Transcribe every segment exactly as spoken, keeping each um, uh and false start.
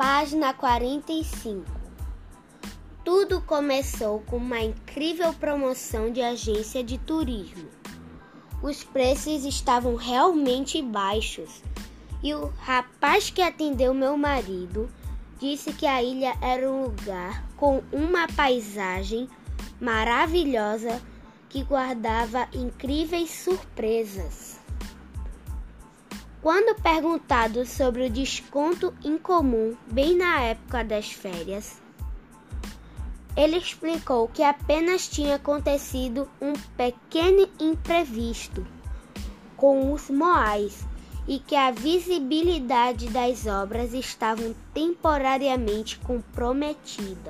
Página quarenta e cinco. Tudo começou com uma incrível promoção de agência de turismo. Os preços estavam realmente baixos e o rapaz que atendeu meu marido disse que a ilha era um lugar com uma paisagem maravilhosa que guardava incríveis surpresas. Quando perguntado sobre o desconto incomum bem na época das férias, ele explicou que apenas tinha acontecido um pequeno imprevisto com os moais e que a visibilidade das obras estava temporariamente comprometida.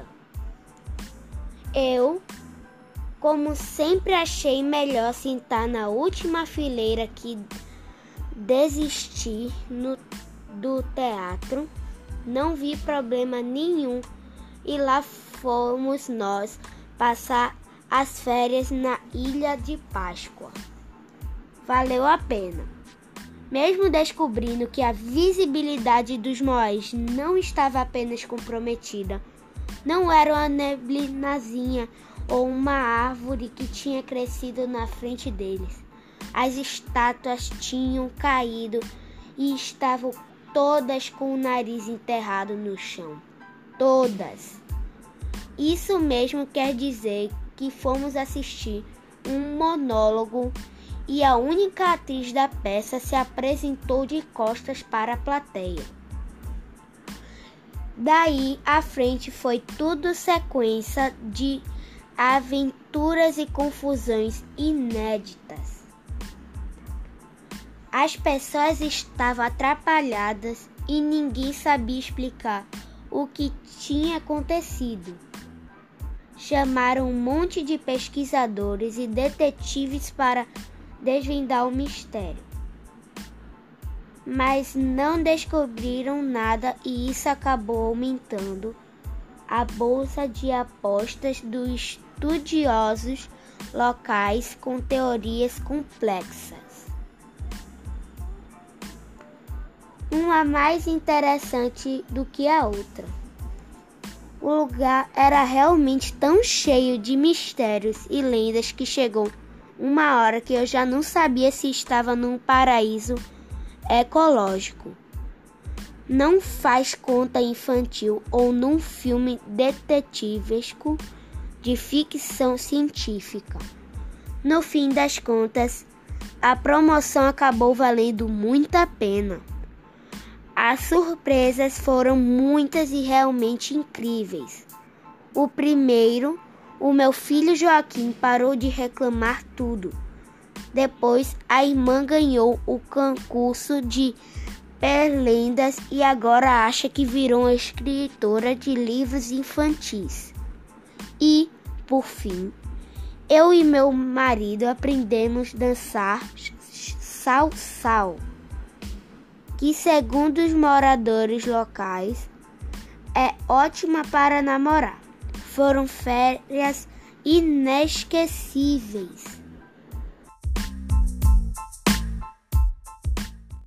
Eu, como sempre, achei melhor sentar na última fileira que desistir no, do teatro. Não vi problema nenhum e lá fomos nós passar as férias na Ilha de Páscoa. Valeu a pena. Mesmo descobrindo que a visibilidade dos moais não estava apenas comprometida, não era uma neblinazinha ou uma árvore que tinha crescido na frente deles. As estátuas tinham caído e estavam todas com o nariz enterrado no chão. Todas. Isso mesmo quer dizer que fomos assistir um monólogo e a única atriz da peça se apresentou de costas para a plateia. Daí à frente foi tudo sequência de aventuras e confusões inéditas. As pessoas estavam atrapalhadas e ninguém sabia explicar o que tinha acontecido. Chamaram um monte de pesquisadores e detetives para desvendar o mistério, mas não descobriram nada e isso acabou aumentando a bolsa de apostas dos estudiosos locais com teorias complexas. Uma mais interessante do que a outra. O lugar era realmente tão cheio de mistérios e lendas que chegou uma hora que eu já não sabia se estava num paraíso ecológico, não faz conta infantil ou num filme detetivesco de ficção científica. No fim das contas, a promoção acabou valendo muito a pena. As surpresas foram muitas e realmente incríveis. O primeiro, o meu filho Joaquim parou de reclamar tudo. Depois, a irmã ganhou o concurso de perlendas e agora acha que virou uma escritora de livros infantis. E, por fim, eu e meu marido aprendemos a dançar salsa, que segundo os moradores locais é ótima para namorar. Foram férias inesquecíveis.